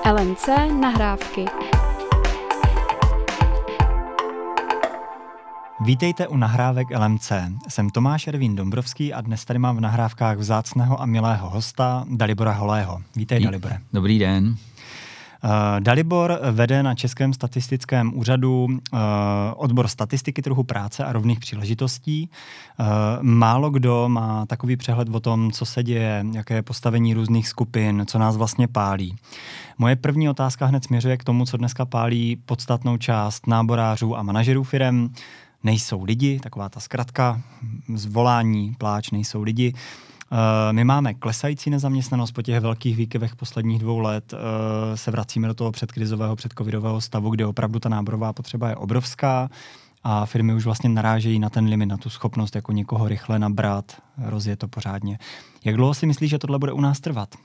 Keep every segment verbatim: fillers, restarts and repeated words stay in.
el em cé nahrávky. Vítejte u nahrávek el em cé. Jsem Tomáš Ervín Dombrovský a dnes tady mám v nahrávkách vzácného a milého hosta Dalibora Holého. Vítej, Dalibore. Dobrý den. Uh, Dalibor vede na Českém statistickém úřadu uh, odbor statistiky trhu práce a rovných příležitostí. Uh, málo kdo má takový přehled o tom, co se děje, jaké je postavení různých skupin, co nás vlastně pálí. Moje první otázka hned směřuje k tomu, co dneska pálí podstatnou část náborářů a manažerů firem. Nejsou lidi, taková ta zkratka, zvolání, pláč, nejsou lidi. My máme klesající nezaměstnanost po těch velkých výkyvech posledních dvou let. Se vracíme do toho předkrizového, předcovidového stavu, kde opravdu ta náborová potřeba je obrovská a firmy už vlastně narážejí na ten limit, na tu schopnost jako někoho rychle nabrat, rozjet to pořádně. Jak dlouho si myslíš, že tohle bude u nás trvat?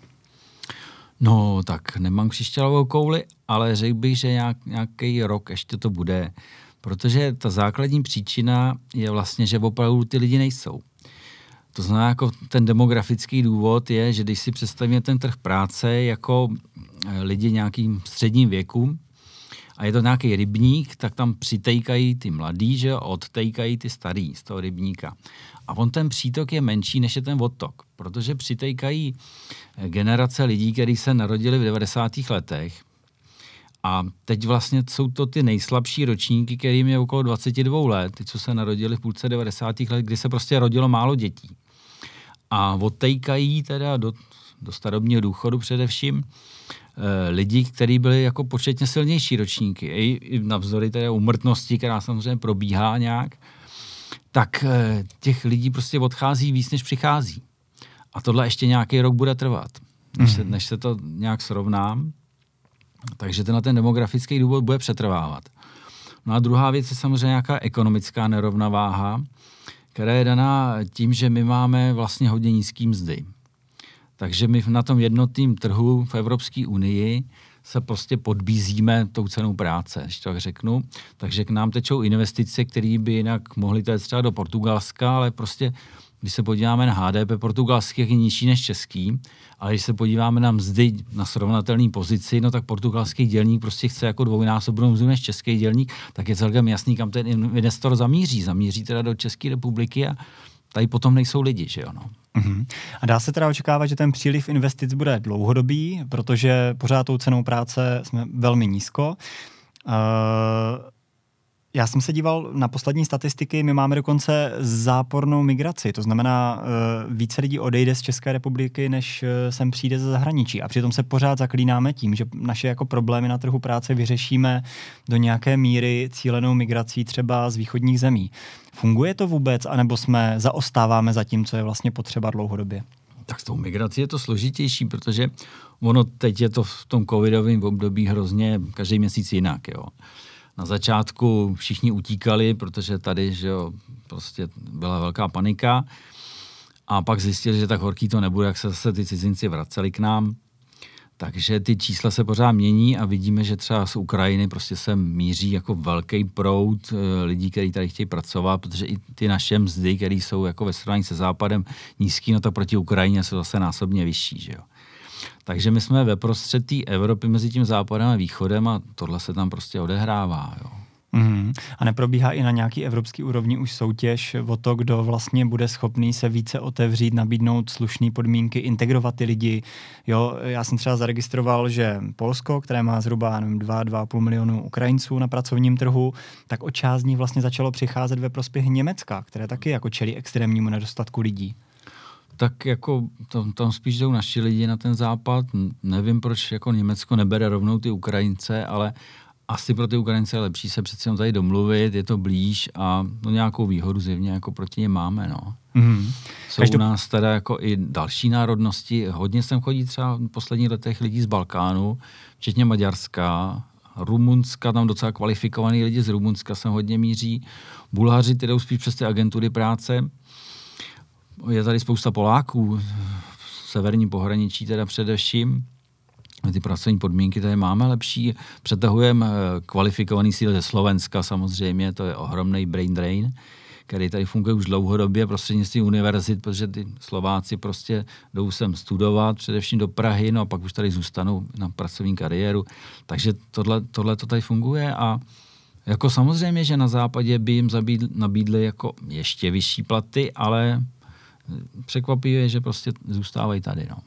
No, tak nemám křišťálovou kouli, ale řekl bych, že nějak, nějaký rok ještě to bude. Protože ta základní příčina je vlastně, že opravdu ty lidi nejsou. To znamená, jako ten demografický důvod je, že když si představíme ten trh práce jako lidi nějakým středním věku a je to nějaký rybník, tak tam přitejkají ty mladí, že odtejkají ty starý z toho rybníka. A on ten přítok je menší, než je ten odtok, protože přitejkají generace lidí, kteří se narodili v devadesátých letech. A teď vlastně jsou to ty nejslabší ročníky, kterým je okolo dvacet dva let, ty, co se narodili v půlce devadesátých let, kdy se prostě rodilo málo dětí. A odtejkají teda do, do starobního důchodu především e, lidi, kteří byli jako početně silnější ročníky. I, i navzdory teda úmrtnosti, která samozřejmě probíhá nějak, tak e, těch lidí prostě odchází víc, než přichází. A tohle ještě nějaký rok bude trvat, než, mm. se, než se to nějak srovná. Takže tenhle ten demografický důvod bude přetrvávat. No a druhá věc je samozřejmě nějaká ekonomická nerovnováha, která je daná tím, že my máme vlastně hodně nízký mzdy. Takže my na tom jednotném trhu v Evropské unii se prostě podbízíme tou cenou práce, když tak řeknu. Takže k nám tečou investice, které by jinak mohly jít třeba do Portugalska, ale prostě když se podíváme na há dé pé portugalský, je nižší než český, ale když se podíváme na mzdy na srovnatelné pozici, no tak portugalský dělník prostě chce jako dvojnásobnou mzdu než český dělník, tak je celkem jasný, kam ten investor zamíří. Zamíří teda do České republiky a tady potom nejsou lidi, že jo, no. Uhum. A dá se teda očekávat, že ten příliv investic bude dlouhodobý, protože pořád tou cenou práce jsme velmi nízko. Uh... Já jsem se díval na poslední statistiky, my máme dokonce zápornou migraci, to znamená uh, více lidí odejde z České republiky, než uh, sem přijde ze zahraničí. A přitom se pořád zaklínáme tím, že naše jako problémy na trhu práce vyřešíme do nějaké míry cílenou migrací třeba z východních zemí. Funguje to vůbec, anebo jsme zaostáváme za tím, co je vlastně potřeba dlouhodobě? Tak s tou migrací je to složitější, protože ono teď je to v tom covidovém období hrozně každý měsíc jinak, jo. Na začátku všichni utíkali, protože tady, že jo, prostě byla velká panika a pak zjistili, že tak horký to nebude, jak se zase ty cizinci vraceli k nám. Takže ty čísla se pořád mění a vidíme, že třeba z Ukrajiny prostě se míří jako velký proud lidí, kteří tady chtějí pracovat, protože i ty naše mzdy, které jsou jako ve srovnání se západem nízký, no tak proti Ukrajině jsou zase násobně vyšší, že jo. Takže my jsme ve prostřed té Evropy mezi tím západem a východem a tohle se tam prostě odehrává. Jo. Mm. A neprobíhá i na nějaký evropský úrovni už soutěž o to, kdo vlastně bude schopný se více otevřít, nabídnout slušné podmínky, integrovat ty lidi. Jo, já jsem třeba zaregistroval, že Polsko, které má zhruba nevím, dva, dva a půl milionu Ukrajinců na pracovním trhu, tak o část z nich vlastně začalo přicházet ve prospěch Německa, které taky jako čelí extrémnímu nedostatku lidí. Tak jako tam, tam spíš jdou naši lidi na ten západ. Nevím, proč jako Německo nebere rovnou ty Ukrajince, ale asi pro ty Ukrajince je lepší se přece tady domluvit, je to blíž a no nějakou výhodu zjevně jako proti ně máme, no. Mm-hmm. Jsou Každou... u nás teda jako i další národnosti. Hodně sem chodí třeba v posledních letech lidí z Balkánu, včetně Maďarska, Rumunska, tam docela kvalifikovaný lidi z Rumunska sem hodně míří. Bulhaři ty jdou spíš přes ty agentury práce. Je tady spousta Poláků, v severním pohraničí teda především. Ty pracovní podmínky tady máme lepší. Přetahujeme kvalifikovaný síly ze Slovenska samozřejmě, to je ohromný brain drain, který tady funguje už dlouhodobě prostřednictvím univerzit, protože ty Slováci prostě jdou sem studovat, především do Prahy, no a pak už tady zůstanou na pracovní kariéru. Takže tohle, tohle to tady funguje a jako samozřejmě, že na západě by jim nabídli jako ještě vyšší platy, ale překvapivé, že prostě zůstávají tady, no.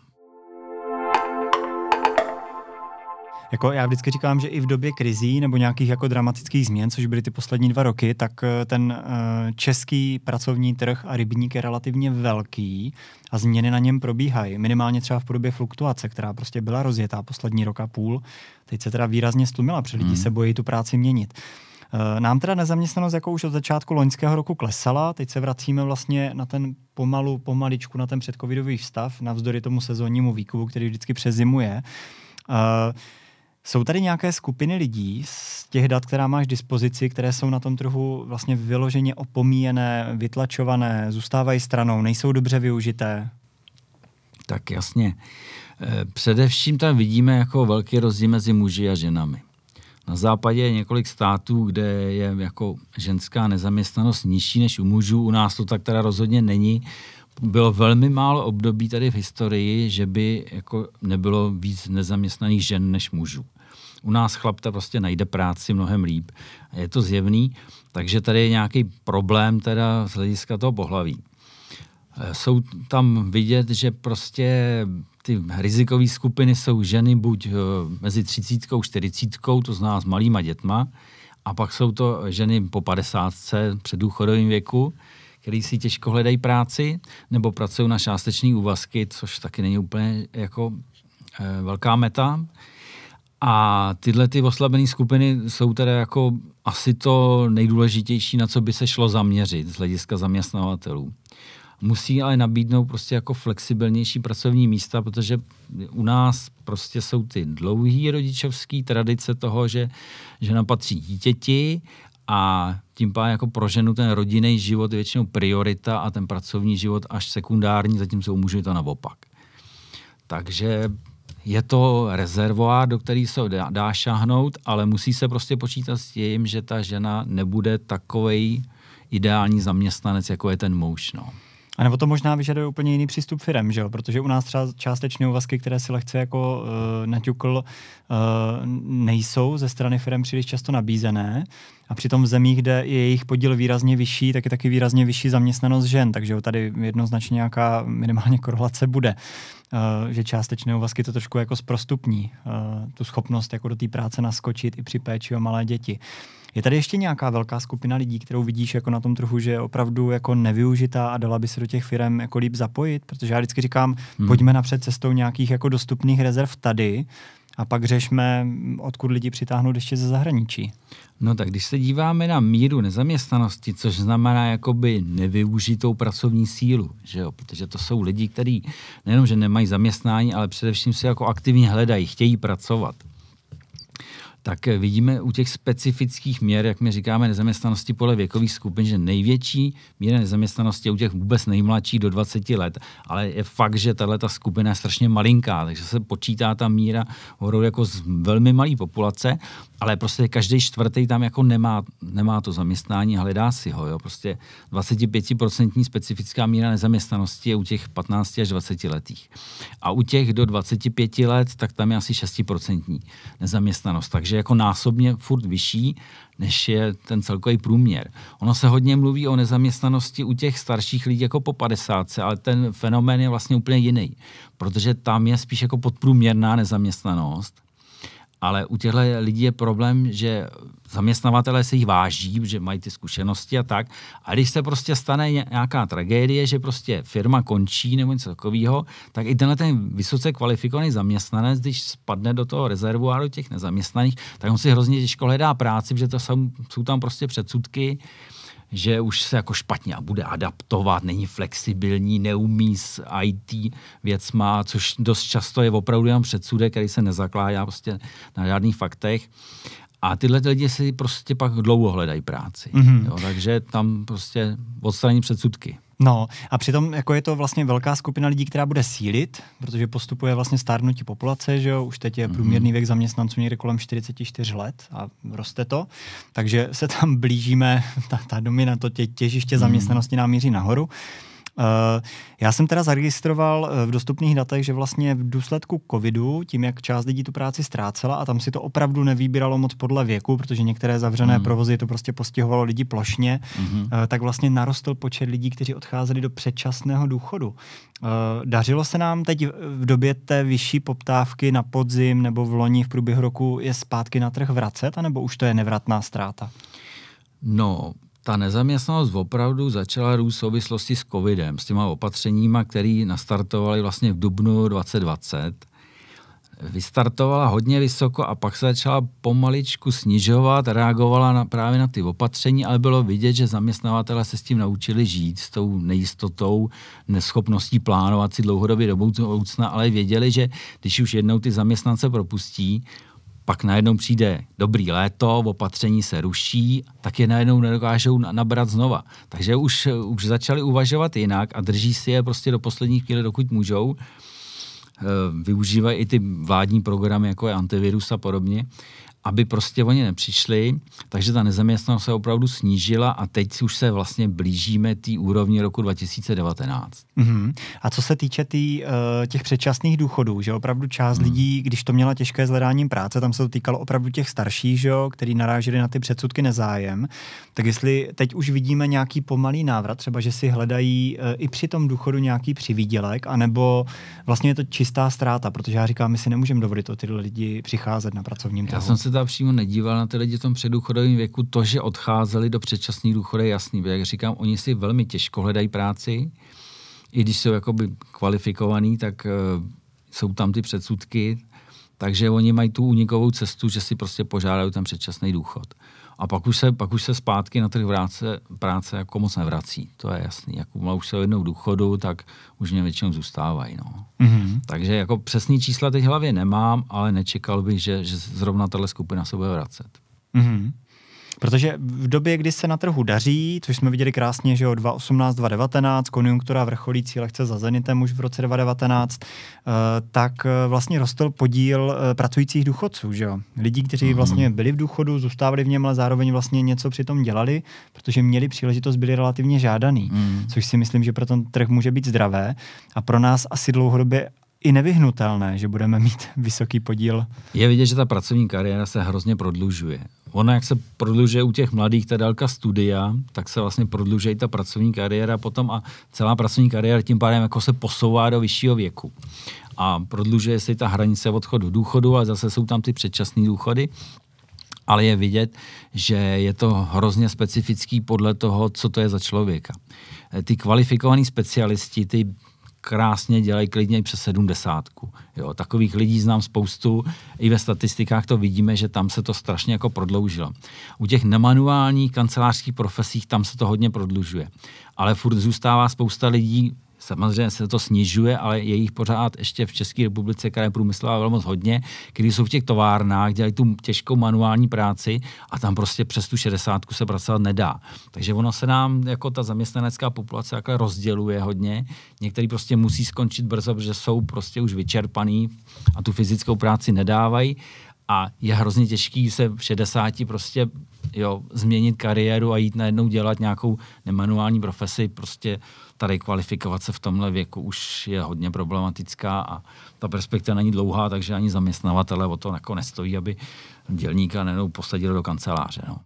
Jako já vždycky říkám, že i v době krizí nebo nějakých jako dramatických změn, což byly ty poslední dva roky, tak ten uh, český pracovní trh a rybník je relativně velký a změny na něm probíhají. Minimálně třeba v podobě fluktuace, která prostě byla rozjetá poslední rok a půl. Teď se teda výrazně stlumila, protože lidi hmm. se bojí tu práci měnit. Uh, nám teda nezaměstnanost jako už od začátku loňského roku klesala, teď se vracíme vlastně na ten pomalu, pomaličku na ten předcovidový stav, navzdory tomu sezónnímu výkupu, který vždycky přezimuje. Uh, Jsou tady nějaké skupiny lidí z těch dat, která máš k dispozici, které jsou na tom trhu vlastně vyloženě opomíjené, vytlačované, zůstávají stranou, nejsou dobře využité? Tak jasně. Především tam vidíme jako velký rozdíl mezi muži a ženami. Na západě je několik států, kde je jako ženská nezaměstnanost nižší než u mužů. U nás to tak teda rozhodně není. Bylo velmi málo období tady v historii, že by jako nebylo víc nezaměstnaných žen než mužů. U nás chlapta prostě najde práci mnohem líp. Je to zjevný, takže tady je nějaký problém teda z hlediska toho pohlaví. Jsou tam vidět, že prostě ty rizikové skupiny jsou ženy buď mezi třicítkou a čtyřicítkou, to znamená s malýma dětma, a pak jsou to ženy po padesátce před důchodovým věku, který si těžko hledají práci, nebo pracují na částečné úvazky, což taky není úplně jako e, velká meta. A tyhle ty oslabené skupiny jsou teda jako asi to nejdůležitější, na co by se šlo zaměřit z hlediska zaměstnavatelů. Musí ale nabídnout prostě jako flexibilnější pracovní místa, protože u nás prostě jsou ty dlouhý rodičovský tradice toho, že žena patří dítěti a tím pádem jako pro ženu ten rodinný život je většinou priorita a ten pracovní život až sekundární, zatímco u mužů je to naopak. Takže je to rezervoár, do který se dá, dá šáhnout, ale musí se prostě počítat s tím, že ta žena nebude takovej ideální zaměstnanec, jako je ten muž, no. A nebo to možná vyžaduje úplně jiný přístup firem, že jo? Protože u nás třeba částečné úvazky, které si lehce jako uh, naťukl, uh, nejsou ze strany firem příliš často nabízené. A přitom v zemích, kde je jejich podíl výrazně vyšší, tak je taky výrazně vyšší zaměstnanost žen. Takže tady jednoznačně nějaká minimálně korelace bude. Uh, že částečné úvazky to trošku jako zprostupní. Uh, tu schopnost jako do té práce naskočit i při péči o malé děti. Je tady ještě nějaká velká skupina lidí, kterou vidíš jako na tom trhu, že je opravdu jako nevyužitá a dala by se do těch firem jako líp zapojit? Protože já vždycky říkám, hmm. pojďme napřed cestou nějakých jako dostupných rezerv tady a pak řešme, odkud lidi přitáhnout ještě ze zahraničí. No tak když se díváme na míru nezaměstnanosti, což znamená jakoby nevyužitou pracovní sílu, že jo? Protože to jsou lidi, kteří nejenom, že nemají zaměstnání, ale především si jako aktivně hledají, chtějí pracovat. Tak vidíme u těch specifických měr, jak my říkáme, nezaměstnanosti podle věkových skupin, že největší míra nezaměstnanosti je u těch vůbec nejmladších do dvaceti let, ale je fakt, že tato skupina je strašně malinká, takže se počítá ta míra hovoru jako z velmi malé populace, ale prostě každý čtvrtý tam jako nemá, nemá to zaměstnání a hledá si ho. Jo. Prostě dvacetipětiprocentní specifická míra nezaměstnanosti je u těch patnácti až dvaceti letých. A u těch do dvaceti pěti let, tak tam je asi šestiprocentní nezaměstnanost. Takže jako násobně furt vyšší, než je ten celkový průměr. Ono se hodně mluví o nezaměstnanosti u těch starších lidí jako po padesátce, ale ten fenomén je vlastně úplně jiný, protože tam je spíš jako podprůměrná nezaměstnanost. Ale u těchto lidí je problém, že zaměstnavatelé se jich váží, že mají ty zkušenosti a tak. A když se prostě stane nějaká tragédie, že prostě firma končí nebo něco takového, tak i tenhle ten vysoce kvalifikovaný zaměstnanec, když spadne do toho rezervoáru těch nezaměstnaných, tak on si hrozně těžko hledá práci, protože to jsou, jsou tam prostě předsudky, že už se jako špatně bude adaptovat, není flexibilní, neumí s í té věcma, což dost často je opravdu jen předsudek, který se nezakládá prostě na žádných faktech. A tyhle lidi si prostě pak dlouho hledají práci. Mm-hmm. Jo, takže tam prostě odstraní předsudky. No a přitom jako je to vlastně velká skupina lidí, která bude sílit, protože postupuje vlastně stárnutí populace, že jo, už teď je průměrný věk zaměstnanců někde kolem čtyřicet čtyři let a roste to, takže se tam blížíme, ta, ta domina, to tě, těžiště zaměstnanosti nám míří nahoru. Uh, já jsem teda zaregistroval v dostupných datech, že vlastně v důsledku covidu, tím jak část lidí tu práci ztrácela a tam si to opravdu nevýbíralo moc podle věku, protože některé zavřené mm. provozy to prostě postihovalo lidi plošně, mm-hmm. uh, tak vlastně narostl počet lidí, kteří odcházeli do předčasného důchodu. Uh, dařilo se nám teď v době té vyšší poptávky na podzim nebo v loni v průběhu roku je zpátky na trh vracet, anebo už to je nevratná ztráta? No, ta nezaměstnanost opravdu začala růst v souvislosti s covidem, s těma opatřeníma, které nastartovaly vlastně v dubnu dvacet dvacet. Vystartovala hodně vysoko a pak se začala pomaličku snižovat, reagovala na, právě na ty opatření, ale bylo vidět, že zaměstnavatelé se s tím naučili žít, s tou nejistotou, neschopností plánovat si dlouhodobě do budoucna, ale věděli, že když už jednou ty zaměstnance propustí, pak najednou přijde dobrý léto, opatření se ruší, tak je najednou nedokážou nabrat znova. Takže už, už začali uvažovat jinak a drží si je prostě do poslední chvíle, dokud můžou. Využívají i ty vládní programy, jako je antivirus a podobně, aby prostě oni nepřišli, takže ta nezaměstnanost se opravdu snížila a teď už se vlastně blížíme té úrovni roku dva tisíce devatenáct. Mm-hmm. A co se týče tý, uh, těch předčasných důchodů, že opravdu část mm. lidí, když to měla těžké s hledáním práce, tam se to týkalo opravdu těch starších, že jo, který naráželi na ty předsudky nezájem, tak jestli teď už vidíme nějaký pomalý návrat, třeba že si hledají uh, i při tom důchodu nějaký přivýdělek, anebo vlastně je to čistá ztráta, protože já říkám, my si nemůžeme dovolit o tyhle lidi přicházet na pracovním trhu. Já jsem se tam přímo nedíval na ty lidi v tom předdůchodovém věku, to, že odcházeli do předčasných důchodů, je jasný. Jak říkám, oni si velmi těžko hledají práci, i když jsou jakoby kvalifikovaní, tak uh, jsou tam ty předsudky, takže oni mají tu únikovou cestu, že si prostě požádají ten předčasný důchod. A pak už se, pak už se zpátky na trh práce, práce jako moc nevrací. To je jasný. Jak už se jednou důchodu, tak už mě většinou zůstávají. No. Mm-hmm. Takže jako přesný čísla teď v hlavě nemám, ale nečekal bych, že, že zrovna tahle skupina se bude vracet. Mm-hmm. Protože v době, kdy se na trhu daří, což jsme viděli krásně, že jo, dva tisíce osmnáct dva tisíce devatenáct, konjunktura vrcholící lehce za Zenitem už v roce dva tisíce devatenáct, tak vlastně rostl podíl pracujících důchodců, že jo. Lidí, kteří vlastně byli v důchodu, zůstávali v něm, ale zároveň vlastně něco při tom dělali, protože měli příležitost, byli relativně žádaný, mm. což si myslím, že pro ten trh může být zdravé a pro nás asi dlouhodobě i nevyhnutelné, že budeme mít vysoký podíl. Je vidět, že ta pracovní kariéra se hrozně prodlužuje. Ona, jak se prodlužuje u těch mladých, ta délka studia, tak se vlastně prodlužuje i ta pracovní kariéra potom a celá pracovní kariéra tím pádem jako se posouvá do vyššího věku. A prodlužuje se i ta hranice odchodu do důchodu a zase jsou tam ty předčasné důchody. Ale je vidět, že je to hrozně specifický podle toho, co to je za člověka. Ty kvalifikovaní specialisti, ty krásně dělají klidně i přes sedmdesátku. Jo, takových lidí znám spoustu, i ve statistikách to vidíme, že tam se to strašně jako prodloužilo. U těch nemanuálních kancelářských profesích tam se to hodně prodlužuje. Ale furt zůstává spousta lidí, samozřejmě se to snižuje, ale je jich pořád ještě v České republice, která je průmyslová velmi hodně, kteří jsou v těch továrnách, dělají tu těžkou manuální práci a tam prostě přes tu šedesátku se pracovat nedá. Takže ono se nám jako ta zaměstnanecká populace takhle rozděluje hodně. Někteří prostě musí skončit brzo, protože jsou prostě už vyčerpaný a tu fyzickou práci nedávají. A je hrozně těžký se v šedesáti prostě jo, změnit kariéru a jít najednou dělat nějakou nemanuální profesi. Prostě ta rekvalifikace v tomhle věku už je hodně problematická a ta perspektiva není dlouhá, takže ani zaměstnavatele o to jako nestojí, aby dělníka najednou posadili do kanceláře. No.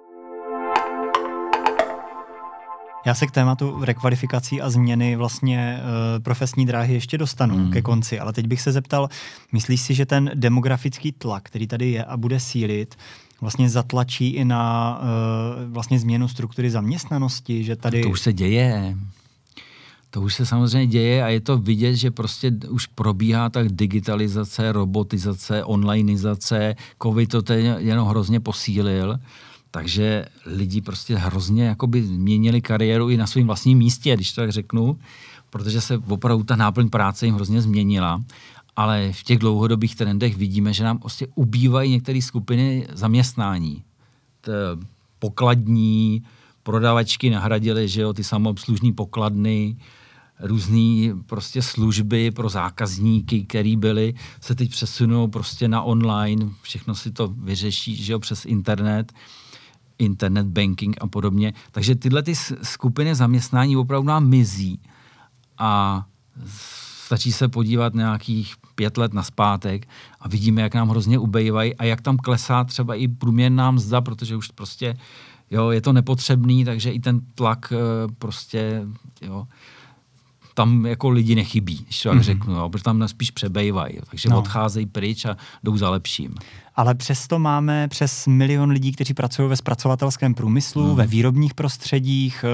Já se k tématu rekvalifikací a změny vlastně e, profesní dráhy ještě dostanu mm. ke konci, ale teď bych se zeptal, myslíš si, že ten demografický tlak, který tady je a bude sílit, vlastně zatlačí i na e, vlastně změnu struktury zaměstnanosti, že tady... To už se děje. To už se samozřejmě děje a je to vidět, že prostě už probíhá tak digitalizace, robotizace, onlineizace, covid to jenom hrozně posílil. Takže lidi prostě hrozně jakoby změnili kariéru i na svém vlastním místě, když to tak řeknu, protože se opravdu ta náplň práce jim hrozně změnila. Ale v těch dlouhodobých trendech vidíme, že nám prostě ubývají některé skupiny zaměstnání. T- pokladní, prodavačky nahradily, že jo, ty samoobslužní pokladny, různý prostě služby pro zákazníky, který byly, se teď přesunou prostě na online, všechno si to vyřeší, že jo, přes internet, internet banking a podobně. Takže tyhle ty skupiny zaměstnání opravdu nám mizí a stačí se podívat nějakých pět let nazpátek a vidíme, jak nám hrozně ubejvají a jak tam klesá třeba i průměrná mzda, protože už prostě jo, je to nepotřebný, takže i ten tlak prostě jo, tam jako lidi nechybí, když to tak mm-hmm. řeknu, jo, protože tam spíš přebejvají, jo, takže no. odcházejí pryč a jdou za lepším. Ale přesto máme přes milion lidí, kteří pracují ve zpracovatelském průmyslu, mm. ve výrobních prostředích.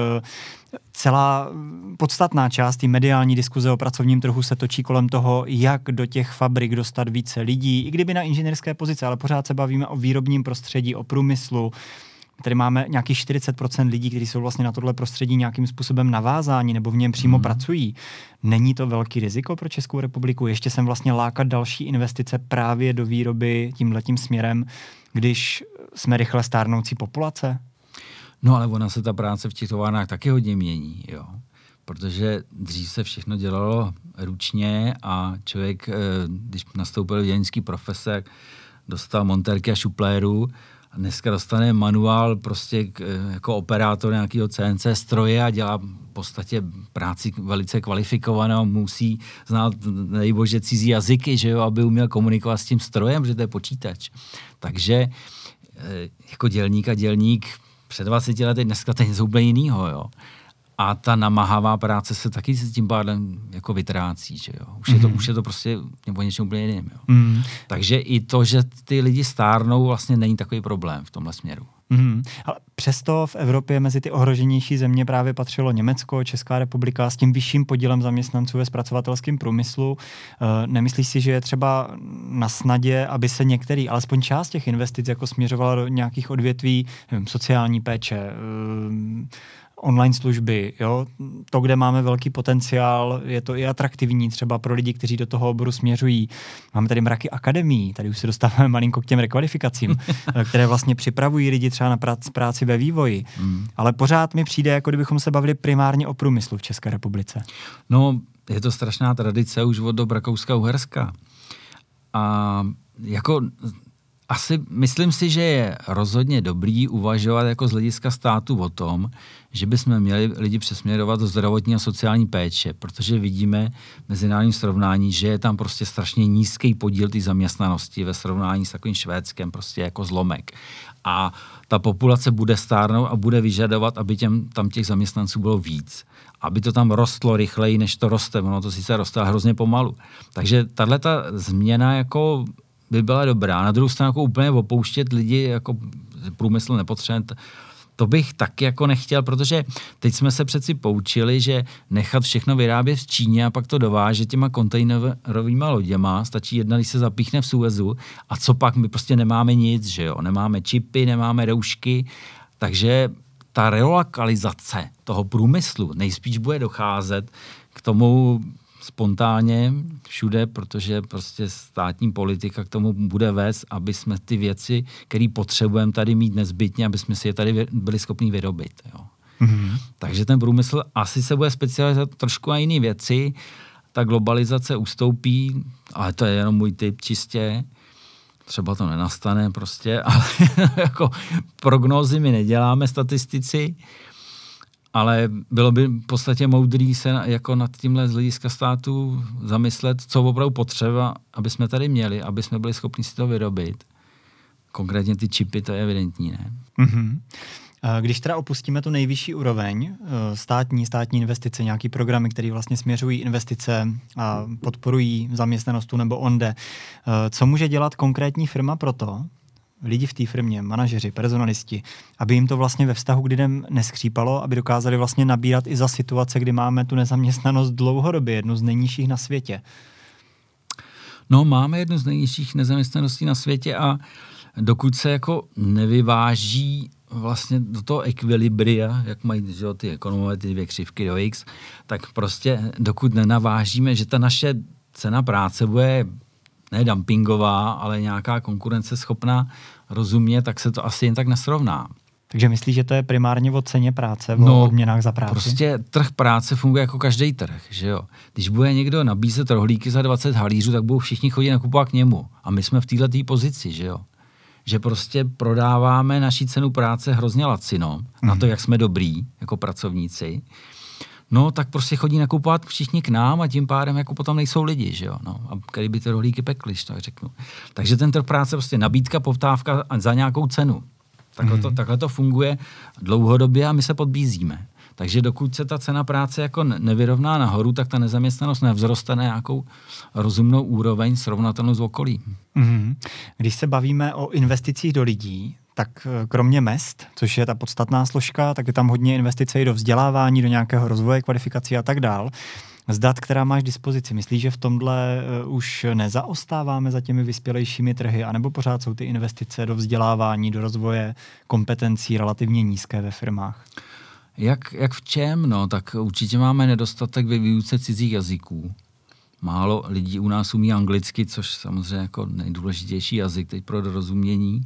Celá podstatná část té mediální diskuze o pracovním trhu se točí kolem toho, jak do těch fabrik dostat více lidí, i kdyby na inženýrské pozice, ale pořád se bavíme o výrobním prostředí, o průmyslu. Tady máme nějakých čtyřicet procent lidí, kteří jsou vlastně na tohle prostředí nějakým způsobem navázáni nebo v něm přímo hmm. pracují. Není to velký riziko pro Českou republiku? Ještě sem vlastně lákat další investice právě do výroby tímhletím směrem, když jsme rychle stárnoucí populace? No ale ona se ta práce v těch továrnách taky hodně mění, jo. Protože dřív se všechno dělalo ručně a člověk, když nastoupil do dělnický profese, dostal montérky a šupléru. A dneska dostane manuál prostě k, jako operátor nějakého C N C stroje a dělá v podstatě práci velice kvalifikovanou, musí znát, nejbože, cizí jazyky, že jo, aby uměl komunikovat s tím strojem, že to je počítač. Takže jako dělník a dělník před dvaceti lety, dneska to je něco úplně jinýho, jo. A ta namáhavá práce se taky s tím pádem jako vytrácí, že jo. Už, mm. je to, už je to prostě nebo něčem úplně jiným, jo. Mm. Takže i to, že ty lidi stárnou, vlastně není takový problém v tomhle směru. Mm. Ale přesto v Evropě mezi ty ohroženější země právě patřilo Německo, Česká republika s tím vyšším podílem zaměstnanců ve zpracovatelském průmyslu. E, nemyslíš si, že je třeba na snadě, aby se některý, alespoň část těch investic jako směřovala do nějakých odvětví, nevím, sociální péče, e, online služby, jo, to, kde máme velký potenciál, je to i atraktivní třeba pro lidi, kteří do toho oboru směřují. Máme tady mraky akademií, tady už se dostáváme malinko k těm rekvalifikacím, které vlastně připravují lidi třeba na práci ve vývoji. Mm. Ale pořád mi přijde, jako kdybychom se bavili primárně o průmyslu v České republice. No, je to strašná tradice už od dob Rakouska-Uherska. A jako asi myslím si, že je rozhodně dobrý uvažovat jako z hlediska státu o tom, že bychom měli lidi přesměrovat do zdravotní a sociální péče, protože vidíme v mezinárodním srovnání, že je tam prostě strašně nízký podíl té zaměstnanosti ve srovnání s takovým Švédskem, prostě jako zlomek. A ta populace bude stárnout a bude vyžadovat, aby těm, tam těch zaměstnanců bylo víc. Aby to tam rostlo rychleji, než to roste. Ono to sice roste, ale hrozně pomalu. Takže tahleta změna jako by byla dobrá. Na druhou stranu jako úplně opouštět lidi, jako průmysl nepotřebuje, to bych taky jako nechtěl, protože teď jsme se přeci poučili, že nechat všechno vyrábět v Číně a pak to dovážet těma kontejnerovýma loděma, stačí jedna, když se zapíchne v Suezu a co pak, my prostě nemáme nic, že jo, nemáme čipy, nemáme roušky, takže ta relokalizace toho průmyslu nejspíš bude docházet k tomu spontánně všude, protože prostě státní politika k tomu bude vést, aby jsme ty věci, které potřebujeme tady mít nezbytně, aby jsme si je tady byli schopni vyrobit. Jo. Mm-hmm. Takže ten průmysl asi se bude specializovat trošku na jiné věci, ta globalizace ustoupí, ale to je jenom můj tip čistě, třeba to nenastane prostě, ale jako prognózy my neděláme statistici, ale bylo by v podstatě moudrý se jako nad tímhle z hlediska státu zamyslet, co opravdu potřeba, aby jsme tady měli, aby jsme byli schopni si to vyrobit. Konkrétně ty čipy, to je evidentní, ne? Mm-hmm. Když teda opustíme tu nejvyšší úroveň, státní, státní investice, nějaký programy, které vlastně směřují investice a podporují zaměstnanost tu nebo onde, co může dělat konkrétní firma pro to, lidi v té firmě, manažeři, personalisti, aby jim to vlastně ve vztahu k lidem neskřípalo, aby dokázali vlastně nabírat i za situace, kdy máme tu nezaměstnanost dlouhodobě, jednu z nejnižších na světě? No, máme jednu z nejnižších nezaměstnaností na světě a dokud se jako nevyváží vlastně do toho ekvilibria, jak mají že, ty ekonomové, ty dvě křivky do X, tak prostě dokud nenavážíme, že ta naše cena práce bude ne dumpingová, ale nějaká konkurenceschopná, rozumně, tak se to asi jen tak nesrovná. Takže myslíš, že to je primárně o ceně práce, o no, odměnách za práci? Prostě trh práce funguje jako každý trh, že jo. Když bude někdo nabízet rohlíky za dvacet halířů, tak budou všichni chodit nakupovat k němu. A my jsme v této pozici, že jo. Že prostě prodáváme naši cenu práce hrozně lacino, mm. na to, jak jsme dobrý jako pracovníci. No, tak prostě chodí nakupovat všichni k nám a tím pádem jako potom nejsou lidi, že jo. No, a který by ty rohlíky pekli, tak řeknu. Takže ten trh práce prostě nabídka, poptávka za nějakou cenu. Takhle, mm. to, takhle to funguje dlouhodobě a my se podbízíme. Takže dokud se ta cena práce jako nevyrovná nahoru, tak ta nezaměstnanost nevzroste na nějakou rozumnou úroveň srovnatelnou s okolím. Mm-hmm. Když se bavíme o investicích do lidí, tak kromě mezd, což je ta podstatná složka, tak je tam hodně investice i do vzdělávání, do nějakého rozvoje kvalifikací a tak dál. Z dat, která máš k dispozici, myslíš, že v tomhle uh, už nezaostáváme za těmi vyspělejšími trhy, anebo pořád jsou ty investice do vzdělávání, do rozvoje kompetencí relativně nízké ve firmách? Jak, jak v čem? No, tak určitě máme nedostatek ve výuce cizích jazyků. Málo lidí u nás umí anglicky, což samozřejmě jako nejdůležitější jazyk teď pro dorozumění.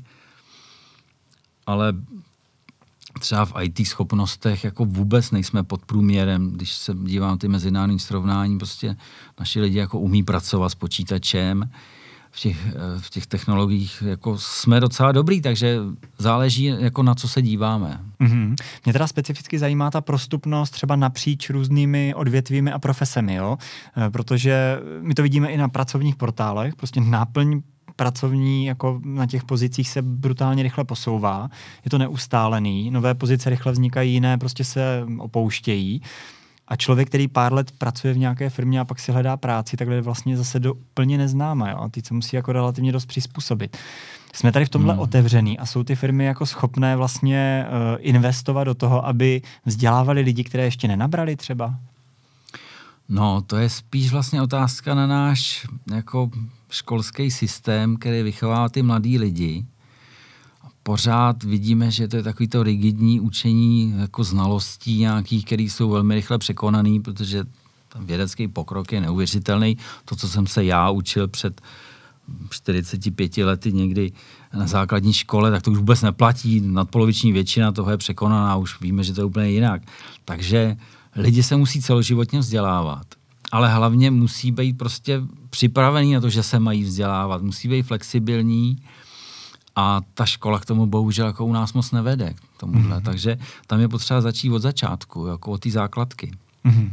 Ale třeba v í té schopnostech jako vůbec nejsme pod průměrem, když se dívám na ty mezinárodní srovnání, prostě naši lidi jako umí pracovat s počítačem, v těch, v těch technologiích jako jsme docela dobrý, takže záleží jako na co se díváme. Mm-hmm. Mě teda specificky zajímá ta prostupnost třeba napříč různými odvětvími a profesemi, jo? E, protože my to vidíme i na pracovních portálech, prostě náplň pracovní jako na těch pozicích se brutálně rychle posouvá, je to neustálený, nové pozice rychle vznikají, jiné prostě se opouštějí. A člověk, který pár let pracuje v nějaké firmě a pak si hledá práci, takhle vlastně zase do úplně neznámá. Jo? A ty se musí jako relativně dost přizpůsobit. Jsme tady v tomhle hmm. otevřený a jsou ty firmy jako schopné vlastně uh, investovat do toho, aby vzdělávali lidi, které ještě nenabrali třeba? No, to je spíš vlastně otázka na náš jako školský systém, který vychovává ty mladý lidi. Pořád vidíme, že to je takový to rigidní učení jako znalostí nějakých, které jsou velmi rychle překonaný, protože tam vědecký pokrok je neuvěřitelný. To, co jsem se já učil před čtyřiceti pěti lety někdy na základní škole, tak to už vůbec neplatí. Nadpoloviční většina toho je překonaná, už víme, že to je úplně jinak. Takže lidi se musí celoživotně vzdělávat. Ale hlavně musí být prostě připravený na to, že se mají vzdělávat. Musí být flexibilní. A ta škola k tomu bohužel jako u nás moc nevede k tomuhle. Mm-hmm. Takže tam je potřeba začít od začátku, jako od té základky. Mm-hmm.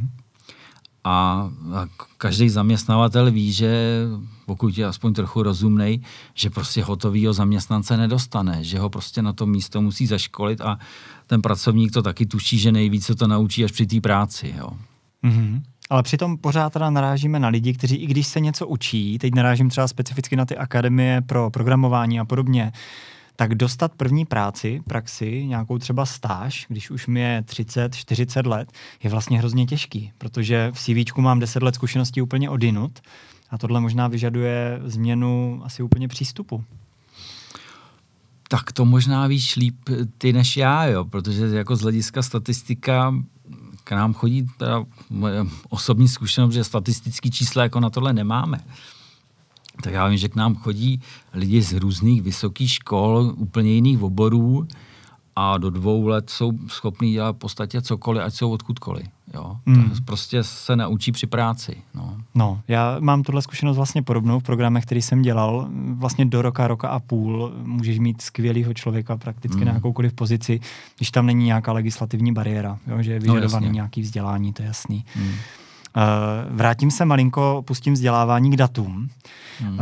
A, a každý zaměstnavatel ví, že pokud je aspoň trochu rozumnej, že prostě hotovýho zaměstnance nedostane, že ho prostě na to místo musí zaškolit a ten pracovník to taky tuší, že nejvíc se to naučí až při té práci. Jo. Mm-hmm. Ale přitom pořád teda narážíme na lidi, kteří i když se něco učí, teď narážím třeba specificky na ty akademie pro programování a podobně, tak dostat první práci, praxi, nějakou třeba stáž, když už mi je třicet, čtyřicet let, je vlastně hrozně těžký, protože v CVčku mám deset let zkušeností úplně odinut a tohle možná vyžaduje změnu asi úplně přístupu. Tak to možná víš líp ty než já, jo, protože jako z hlediska statistika k nám chodí teda moje osobní zkušenost, že statistický čísla jako na tohle nemáme. Tak já vím, že k nám chodí lidi z různých vysokých škol, úplně jiných oborů a do dvou let jsou schopní dělat v podstatě cokoliv, ať jsou odkudkoliv. Jo? Mm. Prostě se naučí při práci. No. no, já mám tuhle zkušenost vlastně podobnou v programech, který jsem dělal. Vlastně do roka, roka a půl můžeš mít skvělýho člověka prakticky mm. na jakoukoliv pozici, když tam není nějaká legislativní bariéra, jo? Že je vyžadovaný no, nějaký vzdělání, to je jasný. Mm. Uh, vrátím se malinko, pustím vzdělávání k datům. Mm. Uh,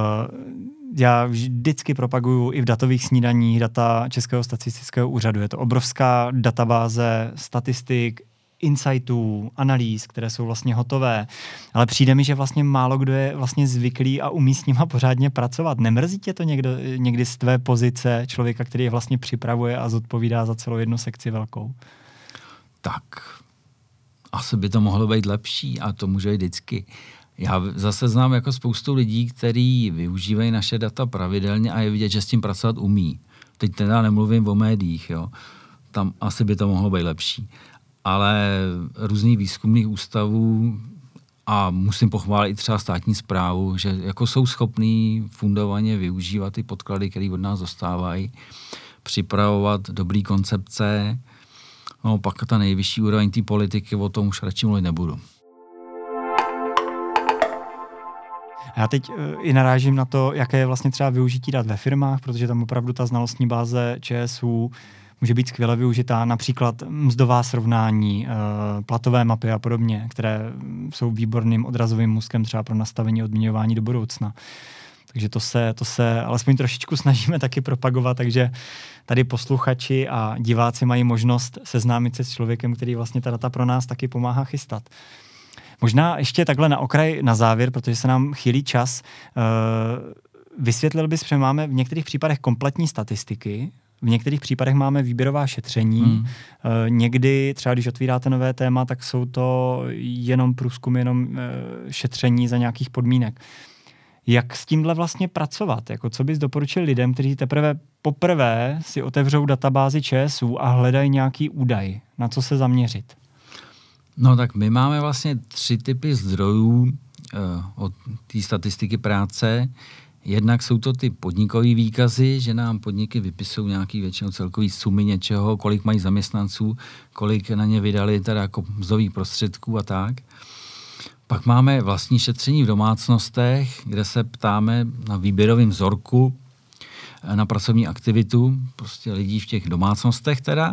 Já vždycky propaguju i v datových snídaních data Českého statistického úřadu. Je to obrovská databáze statistik, insightů, analýz, které jsou vlastně hotové, ale přijde mi, že vlastně málo kdo je vlastně zvyklý a umí s nima pořádně pracovat. Nemrzí tě to někdo, někdy z tvé pozice člověka, který je vlastně připravuje a zodpovídá za celou jednu sekci velkou? Tak, asi by to mohlo být lepší a to může být vždycky. Já zase znám jako spoustu lidí, kteří využívají naše data pravidelně a je vidět, že s tím pracovat umí. Teď teda nemluvím o médiích, jo. Tam asi by to mohlo být lepší. Ale různých výzkumných ústavů a musím pochválit i třeba státní správu, že jako jsou schopní fundovaně využívat ty podklady, které od nás dostávají. připravovat dobrý koncepce. No pak ta nejvyšší úroveň té politiky, o tom už radši mluvit nebudu. Já teď i narážím na to, jaké je vlastně třeba využití dat ve firmách, protože tam opravdu ta znalostní báze ČSÚ může být skvěle využitá, například mzdová srovnání, platové mapy a podobně, které jsou výborným odrazovým můstkem třeba pro nastavení odměňování do budoucna. Takže to se, to se alespoň trošičku snažíme taky propagovat, takže tady posluchači a diváci mají možnost seznámit se s člověkem, který vlastně ta data pro nás taky pomáhá chystat. Možná ještě takhle na okraj, na závěr, protože se nám chýlí čas, vysvětlil bys, že máme v některých případech kompletní statistiky, v některých případech máme výběrová šetření. Hmm. Někdy, třeba když otvíráte nové téma, tak jsou to jenom průzkum, jenom šetření za nějakých podmínek. Jak s tímhle vlastně pracovat? Jako co bys doporučil lidem, kteří teprve poprvé si otevřou databázi ČSÚ a hledají nějaký údaj? Na co se zaměřit? No tak my máme vlastně tři typy zdrojů uh, od té statistiky práce. Jednak jsou to ty podnikové výkazy, že nám podniky vypisují nějaký většinou celkový sumy něčeho, kolik mají zaměstnanců, kolik na ně vydali teda jako mzdových prostředků a tak. Pak máme vlastní šetření v domácnostech, kde se ptáme na výběrovém vzorku na pracovní aktivitu, prostě lidí v těch domácnostech teda.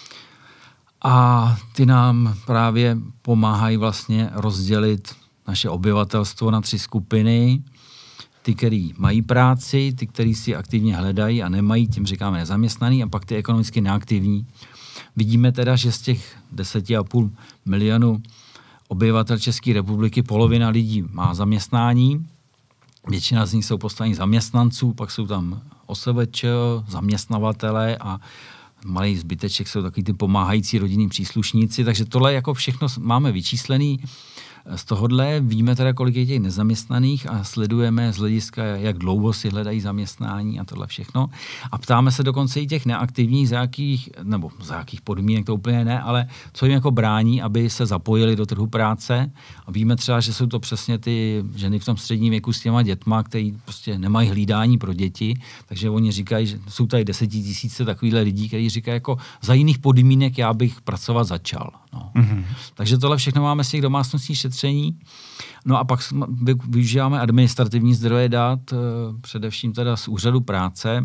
A ty nám právě pomáhají vlastně rozdělit naše obyvatelstvo na tři skupiny. Ty, který mají práci, ty, který si aktivně hledají a nemají, tím říkáme nezaměstnaný, a pak ty ekonomicky neaktivní. Vidíme teda, že z těch deset a půl milionu obyvatel České republiky polovina lidí má zaměstnání, většina z nich jsou postavení zaměstnanců, pak jsou tam O S V Č, zaměstnavatele a malý zbyteček jsou takový ty pomáhající rodinní příslušníci, takže tohle jako všechno máme vyčíslený. Z tohohle víme teda, kolik je těch nezaměstnaných a sledujeme z hlediska, jak dlouho si hledají zaměstnání a tohle všechno. A ptáme se dokonce i těch neaktivních, za jakých, nebo za jakých podmínek, to úplně ne, ale co jim jako brání, aby se zapojili do trhu práce. A víme třeba, že jsou to přesně ty ženy v tom středním věku s těma dětma, kteří prostě nemají hlídání pro děti, takže oni říkají, že jsou tady desetitisíce takovýchhle lidí, kteří říkají, jako za jiných podmínek já bych pracovat začal. No. Mm-hmm. Takže tohle všechno máme z těch domácnostních šetření. No a pak využíváme administrativní zdroje dat, především teda z úřadu práce,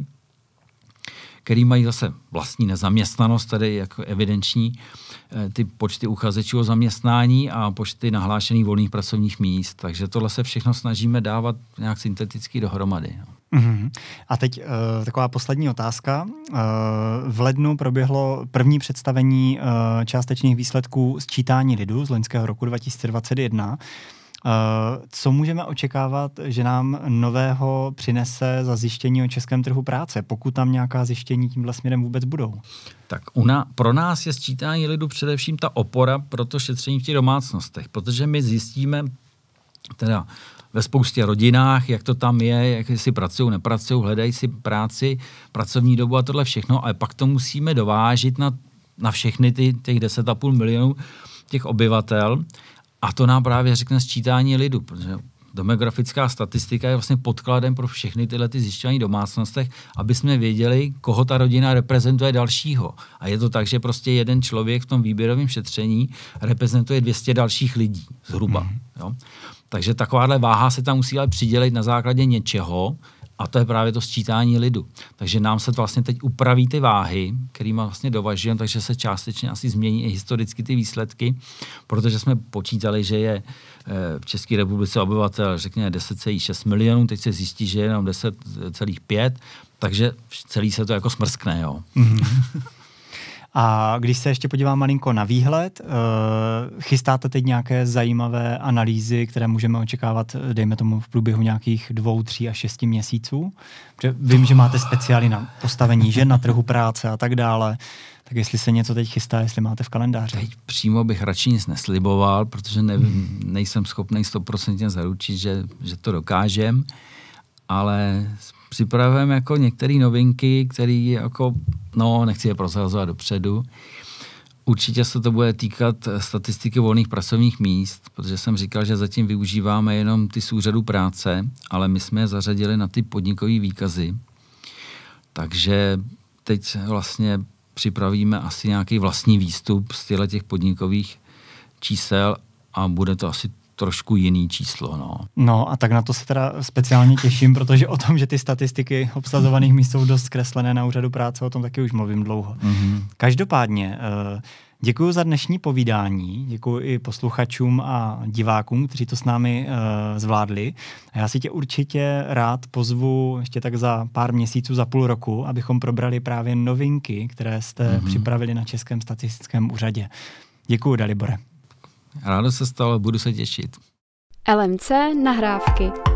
který mají zase vlastní nezaměstnanost, tady jako evidenční ty počty uchazečů o zaměstnání a počty nahlášených volných pracovních míst. Takže tohle se všechno snažíme dávat nějak synteticky dohromady. No. Mm-hmm. A teď uh, taková poslední otázka. Uh, v lednu proběhlo první představení uh, částečných výsledků sčítání lidu z loňského roku dva tisíce dvacet jedna. Uh, co můžeme očekávat, že nám nového přinese za zjištění o českém trhu práce, pokud tam nějaká zjištění tímhle směrem vůbec budou? Tak una, pro nás je sčítání lidu především ta opora pro to šetření v těch domácnostech, protože my zjistíme teda ve spoustě rodinách, jak to tam je, jak si pracují, nepracují, hledají si práci, pracovní dobu a tohle všechno, ale pak to musíme dovážit na, na všechny ty, těch deset a půl milionů těch obyvatel a to nám právě řekne sčítání lidu, protože demografická statistika je vlastně podkladem pro všechny tyhle ty zjišťování domácnostech, aby jsme věděli, koho ta rodina reprezentuje dalšího. A je to tak, že prostě jeden člověk v tom výběrovém šetření reprezentuje dvě stě dalších lidí, zhruba. Mm. Jo? Takže takováhle váha se tam musí ale přidělit na základě něčeho a to je právě to sčítání lidu. Takže nám se to vlastně teď upraví ty váhy, kterými vlastně dovažujeme, takže se částečně asi změní i historicky ty výsledky, protože jsme počítali, že je v České republice obyvatel, řekněme deset celá šest milionů, teď se zjistí, že je jenom deset celá pět, takže celý se to jako smrskne, jo. Mm-hmm. A když se ještě podívám malinko na výhled, chystáte teď nějaké zajímavé analýzy, které můžeme očekávat, dejme tomu v průběhu nějakých dvou, tří a šesti měsíců? Protože vím, že máte speciály na postavení žen na trhu práce a tak dále. Tak jestli se něco teď chystá, jestli máte v kalendáři. Teď přímo bych radši nic nesliboval, protože ne, nejsem schopný stoprocentně zaručit, že, že to dokážem, ale připravujeme jako některé novinky, které jako, no, nechci je prozrazovat dopředu. Určitě se to bude týkat statistiky volných pracovních míst, protože jsem říkal, že zatím využíváme jenom ty z úřadu práce, ale my jsme je zařadili na ty podnikové výkazy. Takže teď vlastně připravíme asi nějaký vlastní výstup z těchto těch podnikových čísel a bude to asi trošku jiný číslo. No. no a tak na to se teda speciálně těším, protože o tom, že ty statistiky obsazovaných míst jsou dost zkreslené na úřadu práce, o tom taky už mluvím dlouho. Mm-hmm. Každopádně děkuji za dnešní povídání, děkuji i posluchačům a divákům, kteří to s námi zvládli. A já si tě určitě rád pozvu ještě tak za pár měsíců, za půl roku, abychom probrali právě novinky, které jste mm-hmm. připravili na Českém statistickém úřadě. Děkuji, Dalibore. Rádo se stalo, budu se těšit. L M C nahrávky.